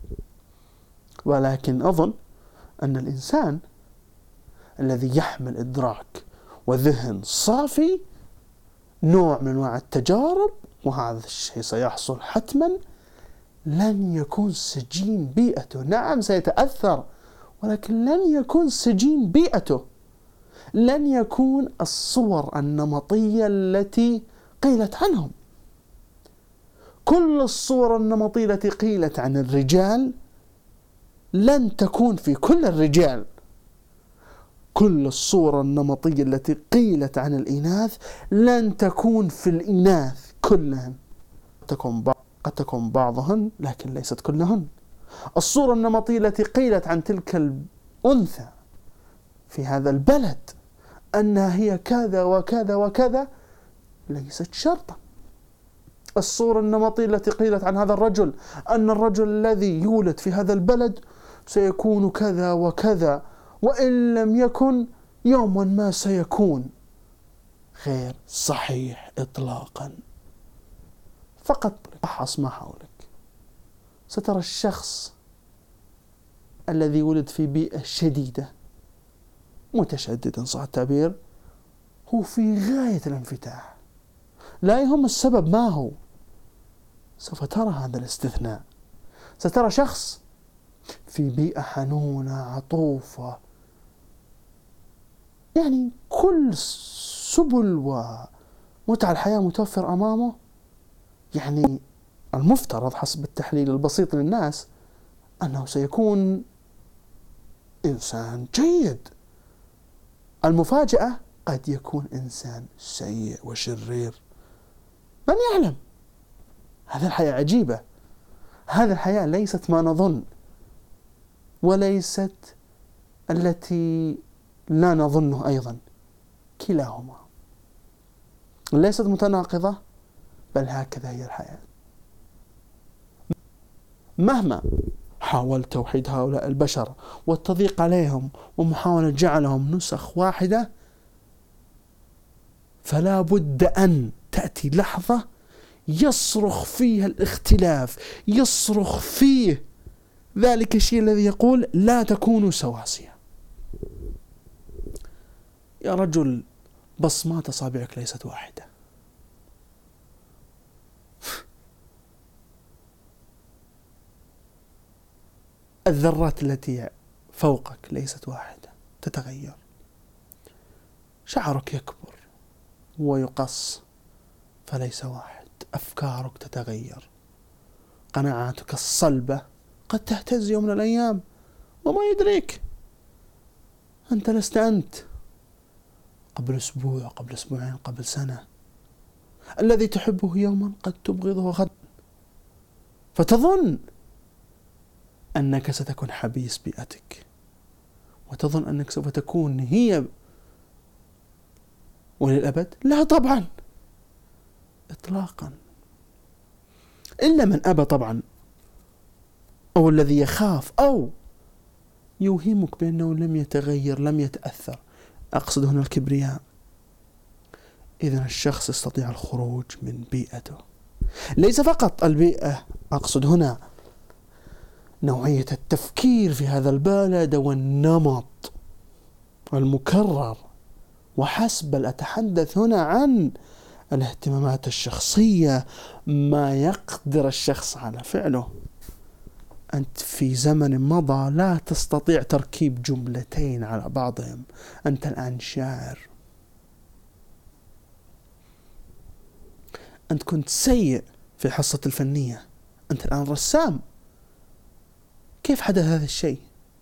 ولكن أظن أن الإنسان الذي يحمل إدراك وذهن صافي نوع من أنواع التجارب، وهذا الشيء سيحصل حتما، لن يكون سجين بيئته. نعم سيتأثر، ولكن لن يكون سجين بيئته، لن يكون الصور النمطية التي قيلت عنهم. كل الصور النمطية التي قيلت عن الرجال لن تكون في كل الرجال. كل الصور النمطية التي قيلت عن الإناث لن تكون في الإناث كلهم، قد تكون بعضهن لكن ليست كلهن. الصورة النمطية التي قيلت عن تلك الأنثى في هذا البلد أنها هي كذا وكذا وكذا ليست شرطا. الصورة النمطية التي قيلت عن هذا الرجل أن الرجل الذي يولد في هذا البلد سيكون كذا وكذا، وإن لم يكن يوما ما سيكون، غير صحيح إطلاقا. فقط فحص ما حولك، سترى الشخص الذي ولد في بيئة شديدة متشددا صح التعبير هو في غاية الانفتاح، لا يهم السبب ما هو. سوف ترى هذا الاستثناء، سترى شخص في بيئة حنونة عطوفة، يعني كل سبل ومتع الحياة متوفر أمامه. يعني المفترض حسب التحليل البسيط للناس أنه سيكون إنسان جيد. المفاجأة قد يكون إنسان سيء وشرير، من يعلم. هذه الحياة عجيبة، هذه الحياة ليست ما نظن، وليست التي لا نظنه أيضا، كلاهما ليست متناقضة، بل هكذا هي الحياة. مهما حاولت توحيد هؤلاء البشر والتضييق عليهم ومحاولة جعلهم نسخ واحدة، فلا بد أن تأتي لحظة يصرخ فيها الاختلاف، يصرخ فيه ذلك الشيء الذي يقول لا تكونوا سواسية. يا رجل بصمات أصابعك ليست واحدة، الذرات التي فوقك ليست واحدة، تتغير. شعرك يكبر ويقص فليس واحد، أفكارك تتغير، قناعاتك الصلبة قد تهتز يوم من الأيام وما يدريك. أنت لست أنت قبل أسبوع، قبل أسبوعين، قبل سنة. الذي تحبه يوما قد تبغضه غدا، فتظن أنك ستكون حبيس بيئتك، وتظن أنك سوف تكون هي وللأبد. لا طبعا، إطلاقا، إلا من أبى طبعا، أو الذي يخاف أو يوهمك بأنه لم يتغير، لم يتأثر. أقصد هنا الكبرياء. إذن الشخص يستطيع الخروج من بيئته، ليس فقط البيئة، أقصد هنا نوعية التفكير في هذا البلد والنمط المكرر وحسب. بل أتحدث هنا عن الاهتمامات الشخصية، ما يقدر الشخص على فعله. أنت في زمن مضى لا تستطيع تركيب جملتين على بعضهم، أنت الآن شاعر. أنت كنت سيء في حصة الفنية، أنت الآن رسام، كيف حدث هذا الشيء؟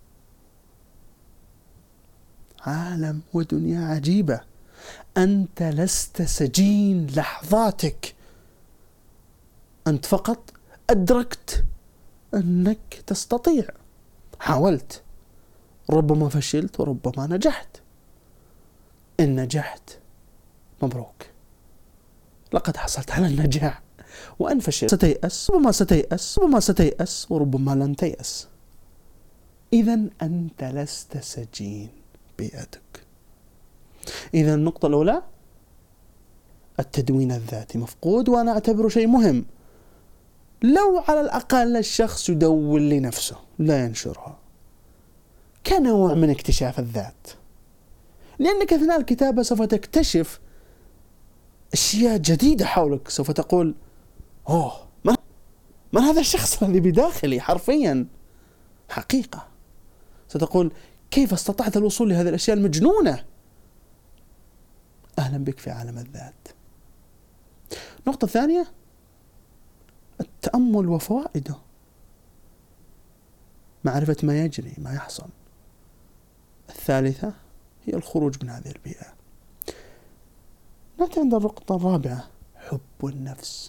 عالم ودنيا عجيبة. أنت لست سجين لحظاتك، أنت فقط أدركت أنك تستطيع، حاولت، ربما فشلت وربما نجحت. إن نجحت مبروك، لقد حصلت على النجاح. وإن فشلت ستيأس، ربما ستيأس وربما لن تيأس. إذن أنت لست سجين بيئتك. إذن النقطة الأولى، التدوين الذاتي مفقود، وأنا أعتبره شيء مهم. لو على الأقل الشخص يدون لنفسه لا ينشرها، كنوع من اكتشاف الذات، لأنك أثناء الكتابة سوف تكتشف أشياء جديدة حولك. سوف تقول أوه، من هذا الشخص الذي بداخلي حرفيا حقيقة. ستقول كيف استطعت الوصول لهذه الأشياء المجنونة؟ أهلا بك في عالم الذات. النقطة الثانية، التأمل وفوائده، معرفة ما يجري، ما يحصل. الثالثة هي الخروج من هذه البيئة. نأتي عند النقطة الرابعة، حب النفس.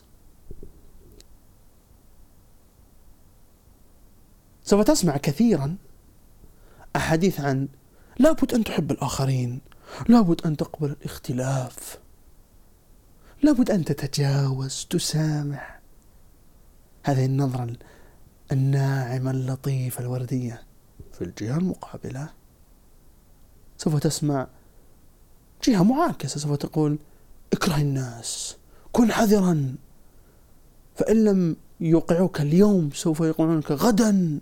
سوف تسمع كثيرا أحاديث عن لابد أن تحب الآخرين، لابد أن تقبل الاختلاف، لابد أن تتجاوز، تسامح. هذه النظرة الناعمة اللطيفة الوردية. في الجهة المقابلة سوف تسمع جهة معاكسة، سوف تقول اكره الناس، كن حذرا، فإن لم يوقعوك اليوم سوف يوقعونك غدا.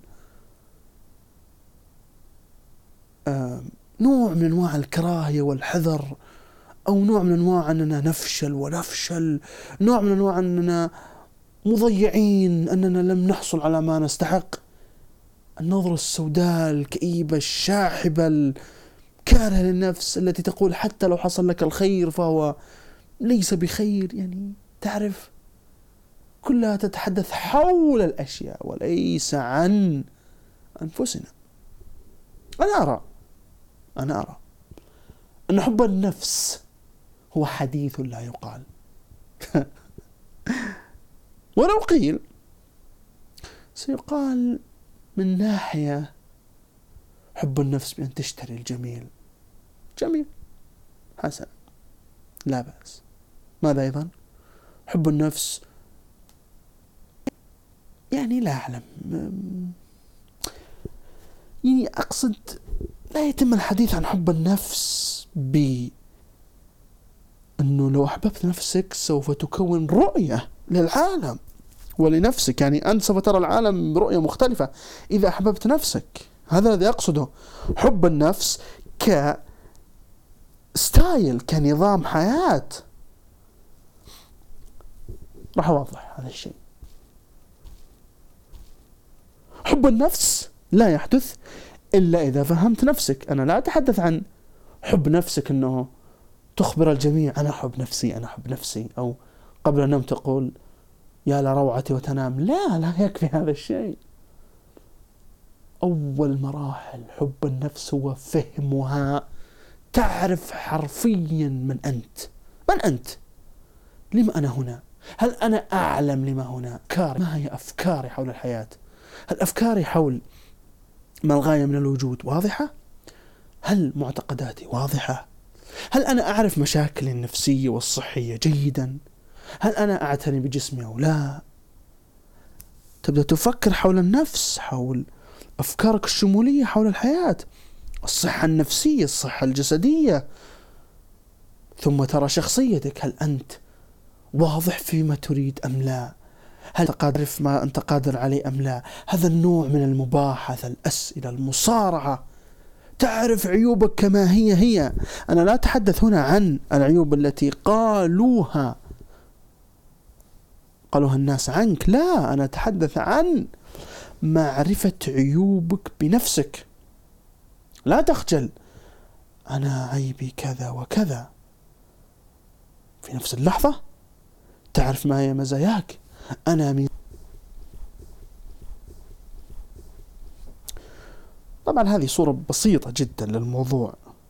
نوع من أنواع الكراهية والحذر، أو نوع من أنواع أننا نفشل ونفشل، نوع من أنواع أننا مضيعين، أننا لم نحصل على ما نستحق. النظرة السوداء الكئيبة الشاحبة الكارهة للنفس، التي تقول حتى لو حصل لك الخير فهو ليس بخير. يعني تعرف، كلها تتحدث حول الأشياء وليس عن أنفسنا. أنا أرى أن حب النفس هو حديث لا يقال. ولو قيل سيقال من ناحية حب النفس بأن تشتري الجميل، جميل، حسن، لا بأس. ماذا أيضا؟ حب النفس يعني لا أعلم، يعني أقصد لا يتم الحديث عن حب النفس بأنه لو أحببت نفسك سوف تكون رؤية للعالم ولنفسك. يعني أنت سوف ترى العالم برؤية مختلفة إذا أحببت نفسك. هذا الذي أقصده. حب النفس كستايل، كنظام حياة. راح أوضح هذا الشيء. حب النفس لا يحدث إلا إذا فهمت نفسك. أنا لا أتحدث عن حب نفسك أنه تخبر الجميع أنا أحب نفسي، أنا أحب نفسي، أو قبل النوم تقول يا لروعتي وتنام. لا يكفي هذا الشيء. أول مراحل حب النفس هو فهمها. تعرف حرفيا من أنت، لما أنا هنا، هل أنا أعلم لما هنا، ما هي أفكاري حول الحياة، هل أفكاري حول ما الغاية من الوجود واضحة، هل معتقداتي واضحة، هل أنا أعرف مشاكلي النفسية والصحية جيدا، هل أنا أعتني بجسمي أو لا. تبدأ تفكر حول النفس، حول أفكارك الشمولية حول الحياة، الصحة النفسية، الصحة الجسدية. ثم ترى شخصيتك، هل أنت واضح فيما تريد أم لا، هل تعرف ما أنت قادر عليه أم لا. هذا النوع من المباحثة، الأسئلة، المصارعة. تعرف عيوبك كما هي. أنا لا أتحدث هنا عن العيوب التي قالوها الناس عنك، لا، أنا أتحدث عن معرفة عيوبك بنفسك. لا تخجل، أنا عيبي كذا وكذا. في نفس اللحظة تعرف ما هي مزاياك، أنا من. طبعا هذه صورة بسيطة جدا للموضوع،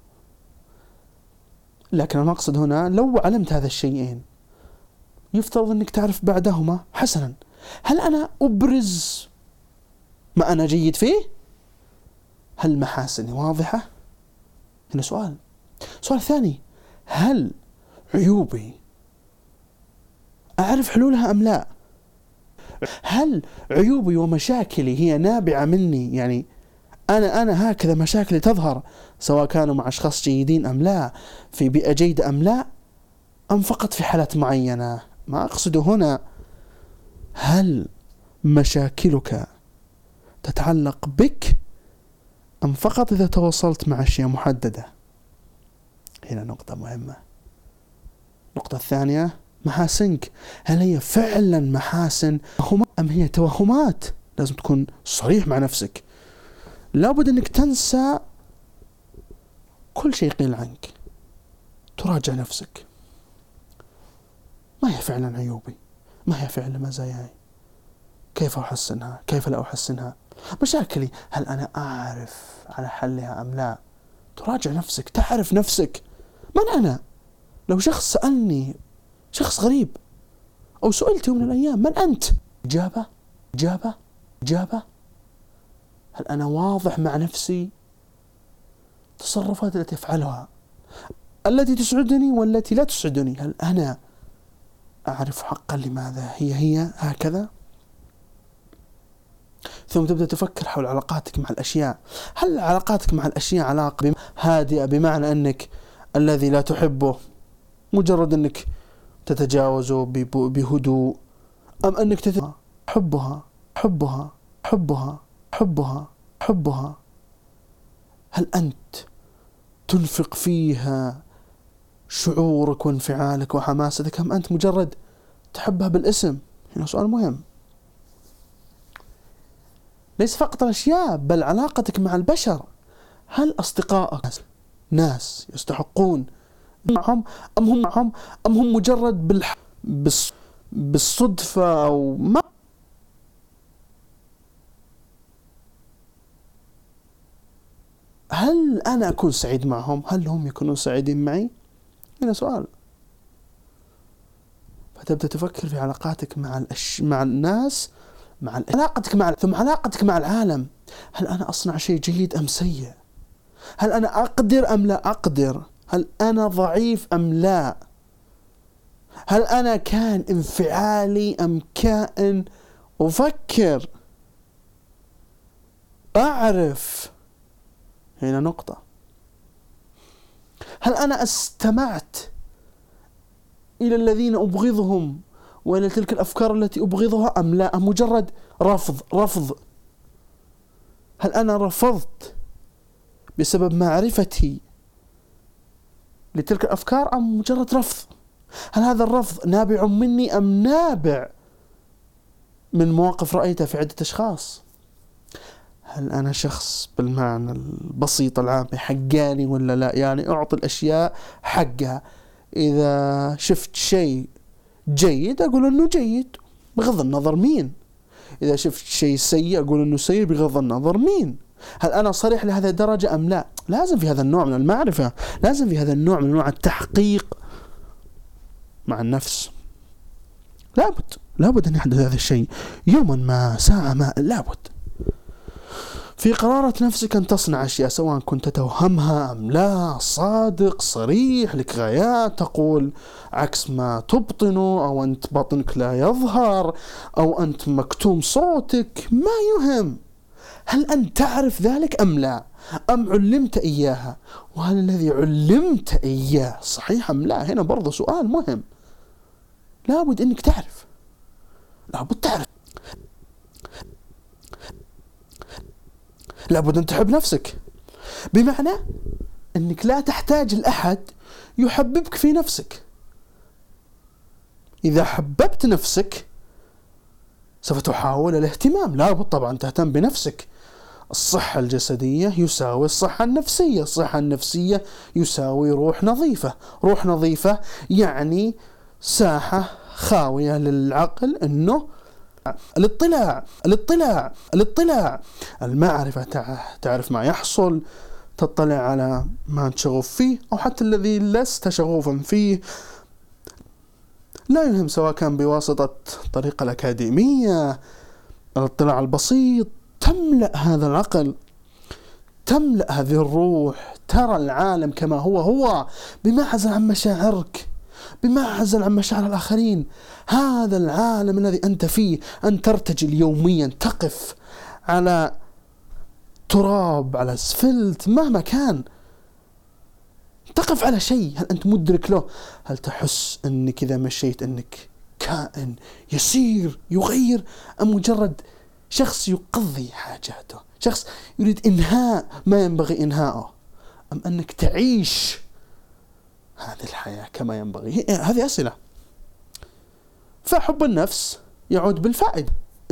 لكن المقصد هنا لو علمت هذا الشيئين يفترض أنك تعرف بعدهما حسنا. هل أنا أبرز ما أنا جيد فيه؟ هل محاسني واضحة؟ هنا سؤال. سؤال ثاني، هل عيوبي أعرف حلولها أم لا؟ هل عيوبي ومشاكلي هي نابعة مني، يعني أنا هكذا مشاكلي تظهر سواء كانوا مع أشخاص جيدين أم لا، في بيئة جيدة أم لا، أم فقط في حالات معينة؟ ما أقصد هنا هل مشاكلك تتعلق بك أم فقط إذا تواصلت مع أشياء محددة؟ هنا نقطة مهمة. النقطة الثانية، محاسنك، هل هي فعلا محاسن أم هي توهمات؟ لازم تكون صريح مع نفسك. لابد أنك تنسى كل شيء قيل عنك، تراجع نفسك. ما هي فعلا عيوبي؟ ما هي فعلا مزاياي؟ كيف أحسنها؟ كيف لا أحسنها؟ مشاكلي هل أنا أعرف على حلها أم لا؟ تراجع نفسك، تعرف نفسك. من أنا؟ لو شخص سألني، شخص غريب، أو سئلت يوم من الأيام من أنت؟ إجابة. هل أنا واضح مع نفسي؟ تصرفات التي أفعلها التي تسعدني والتي لا تسعدني، هل أنا أعرف حقا لماذا هي هكذا؟ ثم تبدأ تفكر حول علاقاتك مع الأشياء. هل علاقاتك مع الأشياء علاقة هادئة بمعنى أنك الذي لا تحبه مجرد أنك تتجاوزه بهدوء، أم أنك حبها؟ هل أنت تنفق فيها شعورك وانفعالك وحماستك، أم أنت مجرد تحبها بالاسم؟ هنا سؤال مهم. ليس فقط الأشياء بل علاقتك مع البشر. هل أصدقائك ناس يستحقون معهم أم هم مجرد بالصدفة أو ما؟ هل أنا أكون سعيد معهم؟ هل هم يكونون سعيدين معي؟ هنا سؤال. فتبدأ تفكر في علاقاتك مع الناس، ثم علاقتك مع العالم. هل أنا أصنع شيء جيد أم سيء؟ هل أنا أقدر أم لا أقدر؟ هل أنا ضعيف أم لا؟ هل أنا كائن انفعالي أم كائن أفكر أعرف؟ هنا نقطة. هل أنا استمعت إلى الذين أبغضهم وإلى تلك الأفكار التي أبغضها أم لا؟ أم مجرد رفض؟ هل أنا رفضت بسبب معرفتي لتلك الأفكار أم مجرد رفض؟ هل هذا الرفض نابع مني أم نابع من مواقف رأيتها في عدة أشخاص؟ هل أنا شخص بالمعنى البسيط العام حقاني ولا لا؟ يعني أعطي الأشياء حقها. إذا شفت شيء جيد أقول أنه جيد بغض النظر مين، إذا شفت شيء سيء أقول أنه سيء بغض النظر مين. هل أنا صريح لهذا الدرجة أم لا؟ لازم في هذا النوع من المعرفة، لازم في هذا النوع من أنواع التحقيق مع النفس. لابد أن يحدث هذا الشيء يوما ما، ساعة ما، لابد في قرارة نفسك أن تصنع أشياء سواء كنت توهمها أم لا. صادق صريح، لك غايات، تقول عكس ما تبطنه، أو أنت بطنك لا يظهر، أو أنت مكتوم صوتك، ما يهم. هل أنت تعرف ذلك أم لا؟ أم علمت إياها؟ وهل الذي علمت إياه صحيح أم لا؟ هنا برضو سؤال مهم. لابد أنك تعرف، لابد أن تحب نفسك، بمعنى أنك لا تحتاج لأحد يحببك في نفسك. إذا حببت نفسك سوف تحاول الاهتمام. لابد طبعا تهتم بنفسك. الصحة الجسدية يساوي الصحة النفسية، الصحة النفسية يساوي روح نظيفة. روح نظيفة يعني ساحة خاوية للعقل أنه الاطلاع المعرفة، تعرف ما يحصل، تطلع على ما أنت شغوف فيه أو حتى الذي لست شغوفا فيه، لا يهم سواء كان بواسطة الطريقة الأكاديمية، الاطلاع البسيط، تملأ هذا العقل، تملأ هذه الروح، ترى العالم كما هو بمعزل عن مشاعرك، بمعزل عن مشاعر الآخرين. هذا العالم الذي أنت فيه، أن ترتجل يوميا، تقف على تراب، على اسفلت، مهما كان، تقف على شيء، هل أنت مدرك له؟ هل تحس أنك إذا مشيت أنك كائن يسير يغير، أم مجرد شخص يقضي حاجاته، شخص يريد إنهاء ما ينبغي إنهاءه، أم أنك تعيش هذه الحياة كما ينبغي؟ هذه أسئلة. فحب النفس يعود بالفائدة،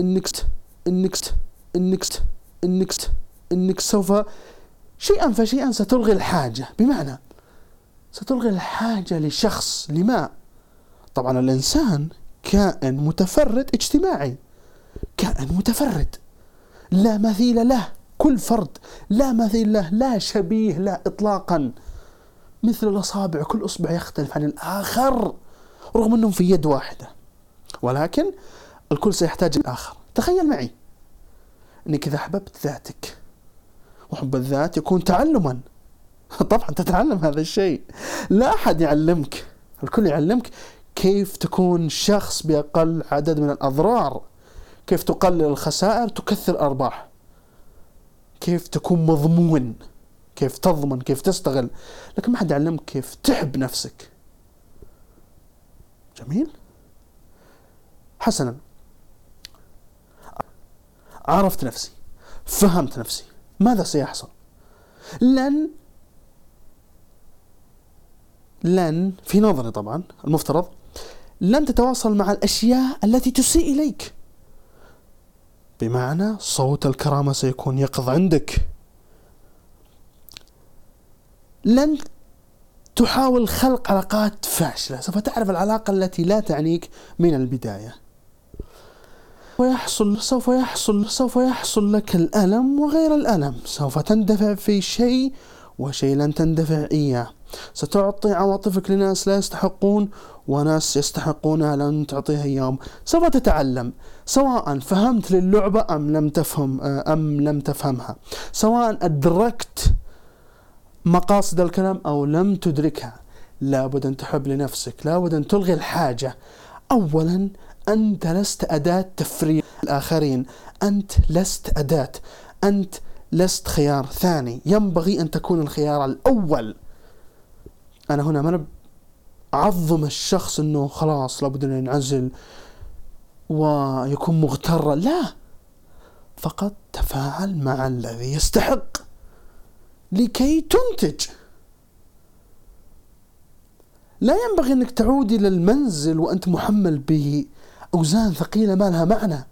إنك سوف شيئا فشيئا ستلغي الحاجة، بمعنى ستلغي الحاجة لشخص لما. طبعا الإنسان كائن متفرد اجتماعي، كائن متفرد لا مثيل له، كل فرد لا مثيل له، لا شبيه له إطلاقا، مثل الأصابع، كل أصبع يختلف عن الآخر رغم أنهم في يد واحدة، ولكن الكل سيحتاج الآخر. تخيل معي أنك إذا أحببت ذاتك، وحب الذات يكون تعلما، طبعا تتعلم هذا الشيء، لا أحد يعلمك، الكل يعلمك كيف تكون شخص بأقل عدد من الأضرار، كيف تقلل الخسائر تكثر أرباح، كيف تكون مضمون، كيف تضمن، كيف تستغل، لكن ما حد يعلمك كيف تحب نفسك. جميل. حسنا، عرفت نفسي، فهمت نفسي، ماذا سيحصل؟ لن في نظري طبعا المفترض لن تتواصل مع الأشياء التي تسيء إليك، بمعنى صوت الكرامة سيكون يقظ عندك. لن تحاول خلق علاقات فاشلة، سوف تعرف العلاقة التي لا تعنيك من البداية. سوف يحصل لك الألم وغير الألم، سوف تندفع في شيء وشيء لن تندفع إياه، ستعطي عواطفك لناس لا يستحقون وناس يستحقونها لن تعطيها إياهم. سوف تتعلم سواء فهمت للعبة أم لم تفهمها، سواء أدركت مقاصد الكلام أو لم تدركها. لابد أن تحب لنفسك، لابد أن تلغي الحاجة. أولا، أنت لست أداة تفريغ الآخرين، أنت لست أداة، أنت لست خيار ثاني، ينبغي أن تكون الخيار الأول. أنا هنا ما أعظم الشخص أنه خلاص لابد أن ينعزل ويكون مغترا، لا، فقط تفاعل مع الذي يستحق لكي تنتج. لا ينبغي أنك تعود إلى المنزل وأنت محمل بأوزان ثقيلة ما لها معنى.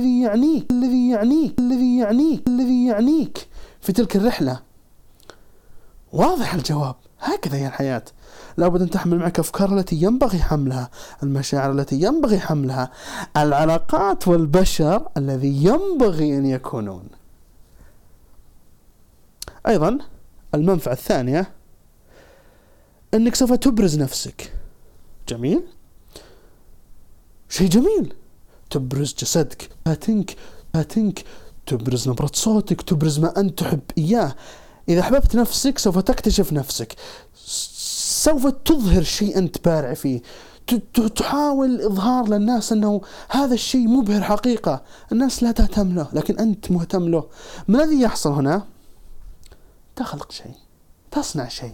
الذي يعنيك في تلك الرحلة. واضح الجواب، هكذا هي الحياة. لابد أن تحمل معك أفكار التي ينبغي حملها، المشاعر التي ينبغي حملها، العلاقات والبشر الذي ينبغي أن يكونون. أيضا المنفعة الثانية أنك سوف تبرز نفسك. جميل، شيء جميل، تبرز جسدك، فاتنك، تبرز نبرة صوتك، تبرز ما أنت تحب إياه. إذا أحببت نفسك سوف تكتشف نفسك، سوف تظهر شيء أنت بارع فيه، تحاول إظهار للناس أنه هذا الشيء مبهر حقيقة، الناس لا تهتم له لكن أنت مهتم له. ما الذي يحصل هنا؟ تخلق شيء، تصنع شيء،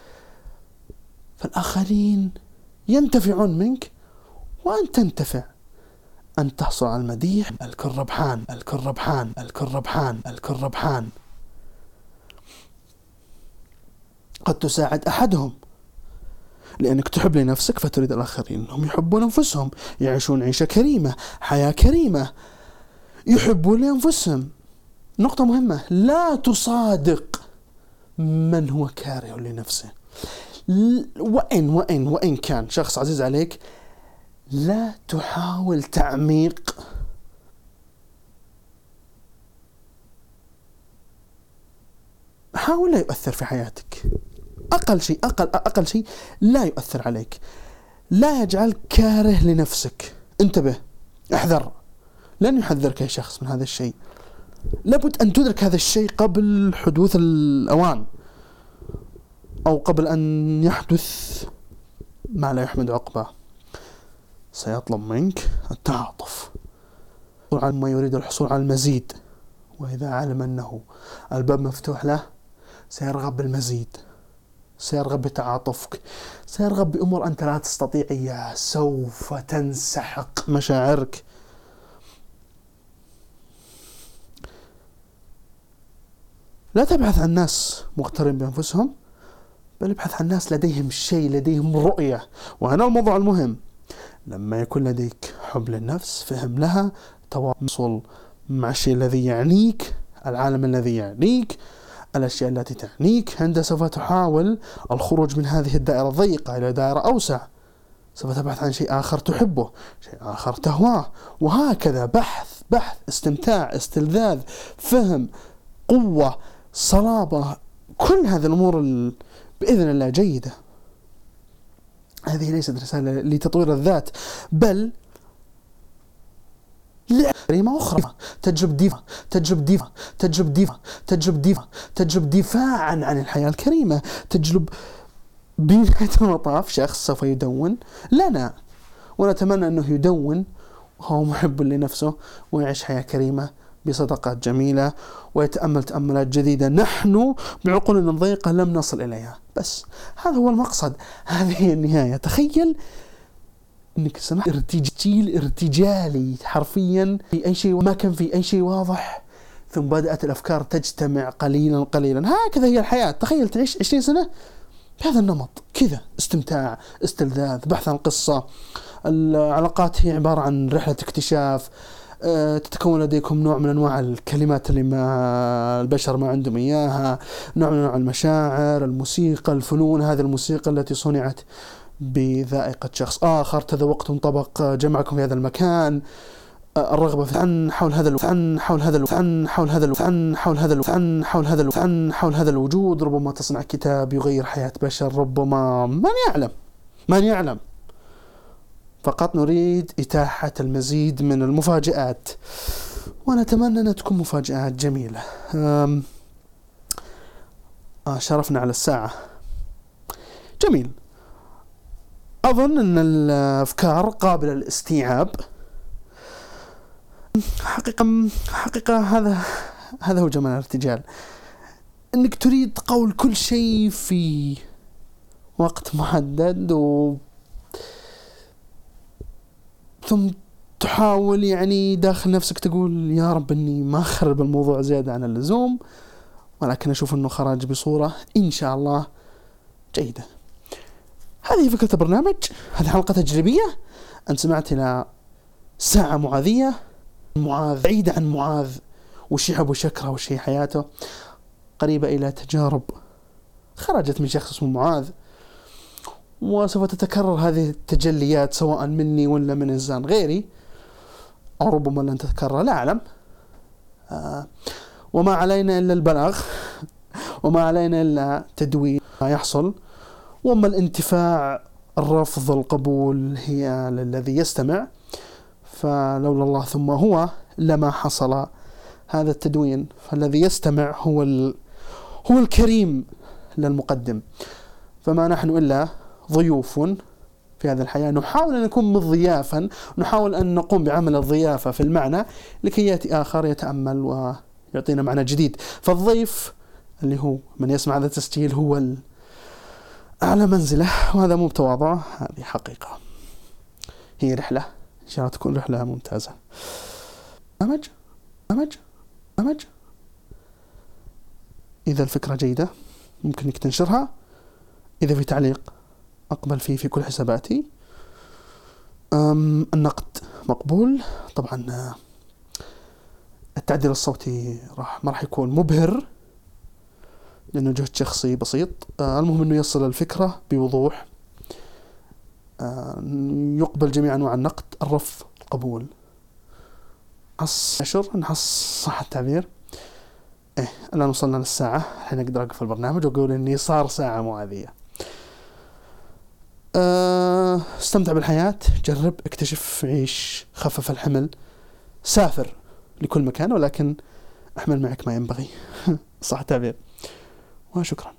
فالآخرين ينتفعون منك وأنت تنتفع. أن تحصل على المديح، الكل ربحان. قد تساعد أحدهم لأنك تحب لنفسك فتريد الآخرين أنهم يحبون أنفسهم، يعيشون عيشة كريمة، حياة كريمة، يحبون لأنفسهم. نقطة مهمة، لا تصادق من هو كاره لنفسه. وإن كان شخص عزيز عليك، لا تحاول تعميق حاول لا يؤثر في حياتك. أقل شيء لا يؤثر عليك، لا يجعل كاره لنفسك. انتبه، احذر، لن يحذرك أي شخص من هذا الشيء. لابد أن تدرك هذا الشيء قبل حدوث الأوان، أو قبل أن يحدث ما لا يحمد عقباه. سيطلب منك التعاطف ما يريد الحصول على المزيد، وإذا علم أنه الباب مفتوح له سيرغب بالمزيد، سيرغب بتعاطفك، سيرغب بأمور أنت لا تستطيع إياها. سوف تنسحق مشاعرك. لا تبحث عن ناس مغترين بأنفسهم، بل ابحث عن ناس لديهم شيء، لديهم رؤية. وهنا الموضوع المهم، لما يكون لديك حب للنفس، فهم لها، تواصل مع الشيء الذي يعنيك، العالم الذي يعنيك، الأشياء التي تعنيك، عندما سوف تحاول الخروج من هذه الدائرة الضيقة إلى دائرة أوسع. سوف تبحث عن شيء آخر تحبه، شيء آخر تهواه، وهكذا بحث استمتاع، استلذاذ، فهم، قوة، صلابة، كل هذه الأمور بإذن الله جيدة. هذه ليست رسالة لتطوير الذات، بل لعلمة أخرى. تجلب دفاعا عن الحياة الكريمة، تجلب بنهاية المطاف شخص سوف يدون لنا، ونتمنى أنه يدون وهو محب لنفسه ويعيش حياة كريمة بصداقات جميلة، ويتأمل تأملات جديدة نحن بعقولنا الضيقة لم نصل إليها. بس هذا هو المقصد، هذه هي النهاية. تخيل انك سمعت ارتجالي حرفيا في اي شيء، ما كان في اي شيء واضح، ثم بدأت الافكار تجتمع قليلا قليلا. هكذا هي الحياة. تخيل تعيش 20 سنة بهذا النمط كذا، استمتاع، استلذاذ، بحث عن قصة. العلاقات هي عبارة عن رحلة اكتشاف. تتكون لديكم نوع من انواع الكلمات اللي ما البشر ما عندهم اياها، نوع من انواع المشاعر، الموسيقى، الفنون. هذه الموسيقى التي صنعت بذائقة شخص آخر، تذوقتم طبق جمعكم في هذا المكان. الرغبة في حول هذا الوجود. ربما تصنع كتاب يغير حياة بشر، ربما من يعلم. فقط نريد إتاحة المزيد من المفاجآت، ونتمنى أن تكون مفاجآت جميلة. شرفنا على الساعة. جميل. أظن أن الأفكار قابلة للاستيعاب. حقيقة هذا هو جمال الارتجال، أنك تريد قول كل شيء في وقت محدد، ثم تحاول يعني داخل نفسك تقول يا رب أني ما أخرب الموضوع زيادة عن اللزوم، ولكن أشوف أنه خرج بصورة إن شاء الله جيدة. هذه فكرة البرنامج. هذه حلقة تجريبية. أنت سمعت إلى ساعة معاذية، معاذ بعيدة عن معاذ وش يحب وش يكره وش هي حياته، قريبة إلى تجارب خرجت من شخص اسمه معاذ، وسوف تتكرر هذه التجليات سواء مني ولا من إنسان غيري، أو ربما لن تتكرر، لا أعلم. وما علينا إلا البلاغ، وما علينا إلا تدوين ما يحصل. وأما الانتفاع، الرفض، القبول هي للذي يستمع. فلولا الله ثم هو لما حصل هذا التدوين. فالذي يستمع هو الكريم للمقدم. فما نحن إلا ضيوف في هذه الحياة، نحاول أن نكون مضيافا، نحاول أن نقوم بعمل الضيافة في المعنى، لكي يأتي آخر يتأمل ويعطينا معنى جديد. فالضيف اللي هو من يسمع هذا التسجيل هو أعلى منزلة، وهذا مو بتواضع، هذه حقيقة. هي رحلة إن شاء الله تكون رحلة ممتازة. أمج إذا الفكرة جيدة ممكن إنك تنشرها. إذا في تعليق أقبل فيه في كل حساباتي. النقد مقبول طبعا. التعديل الصوتي ما راح يكون مبهر لأنه جهد شخصي بسيط. المهم أنه يصل الفكرة بوضوح. يقبل جميع أنواع النقد، الرفض، القبول. نحص صح التعبير. الآن وصلنا للساعة، الحين أقدر أقف البرنامج وأقول إني صار ساعة معاذية. استمتع بالحياة، جرب، اكتشف، عيش، خفف الحمل، سافر لكل مكان، ولكن احمل معك ما ينبغي. صح التعبير. وشكرا.